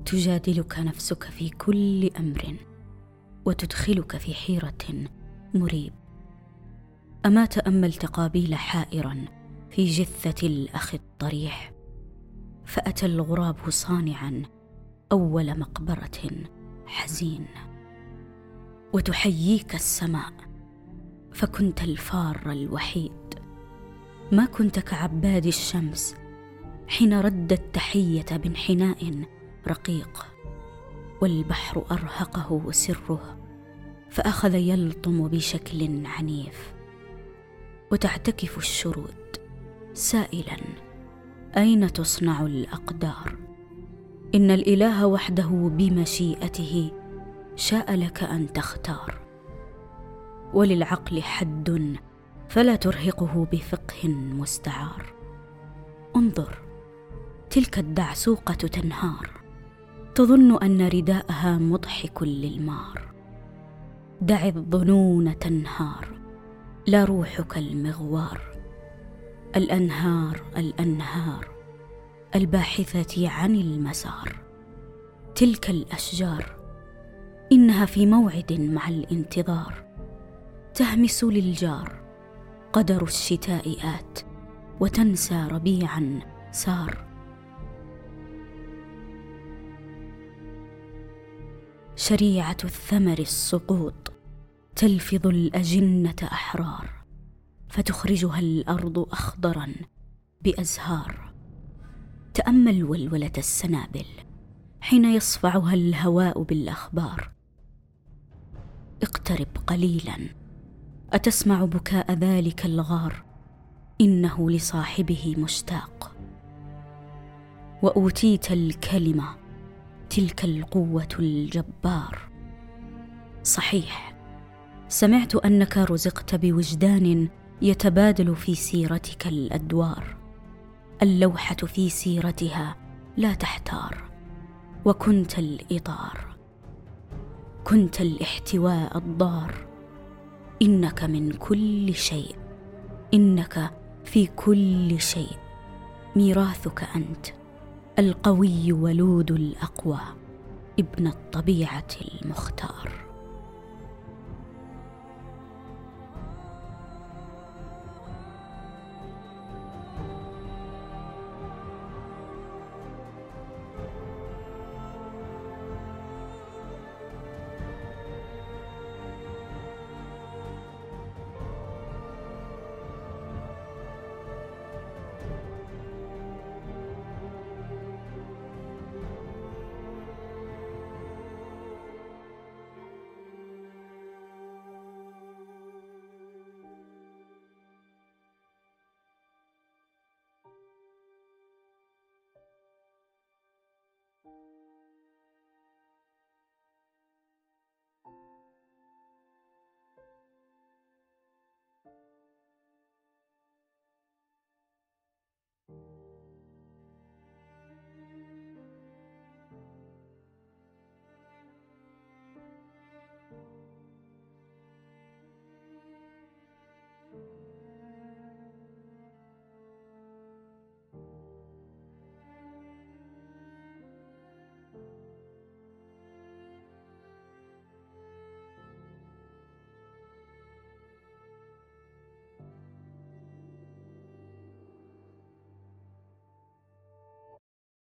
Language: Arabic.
تجادلك نفسك في كل أمر وتدخلك في حيرة مريب. أما تأملت قابيل حائرا في جثة الأخ الضريح، فأتى الغراب صانعا أول مقبرة حزين. وتحييك السماء، فكنت الفار الوحيد، ما كنت كعباد الشمس حين ردت تحية بانحناء رقيق. والبحر أرهقه سره، فأخذ يلطم بشكل عنيف. وتعتكف الشرود سائلا: أين تصنع الأقدار؟ إن الإله وحده بمشيئته شاء لك أن تختار. وللعقل حد فلا ترهقه بفقه مستعار. انظر، تلك الدعسوقة تنهار، تظن أن رداءها مضحك للمار. دع الظنون تنهار، لا روحك المغوار. الأنهار الأنهار الباحثة عن المسار. تلك الأشجار إنها في موعد مع الانتظار. تهمس للجار قدر الشتاء آت، وتنسى ربيعا سار. شريعة الثمر السقوط، تلفظ الأجنة أحرار، فتخرجها الأرض أخضرا بأزهار. تأمل ولولة السنابل حين يصفعها الهواء بالأخبار. اقترب قليلا، أتسمع بكاء ذلك الغار؟ إنه لصاحبه مشتاق. وأوتيت الكلمة، تلك القوة الجبار. صحيح، سمعت أنك رزقت بوجدان يتبادل في سيرتك الأدوار. اللوحة في سيرتها لا تحتار. وكنت الإطار، كنت الاحتواء الضار. إنك من كل شيء، إنك في كل شيء. ميراثك أنت القوي ولود الأقوى، ابن الطبيعة المختار.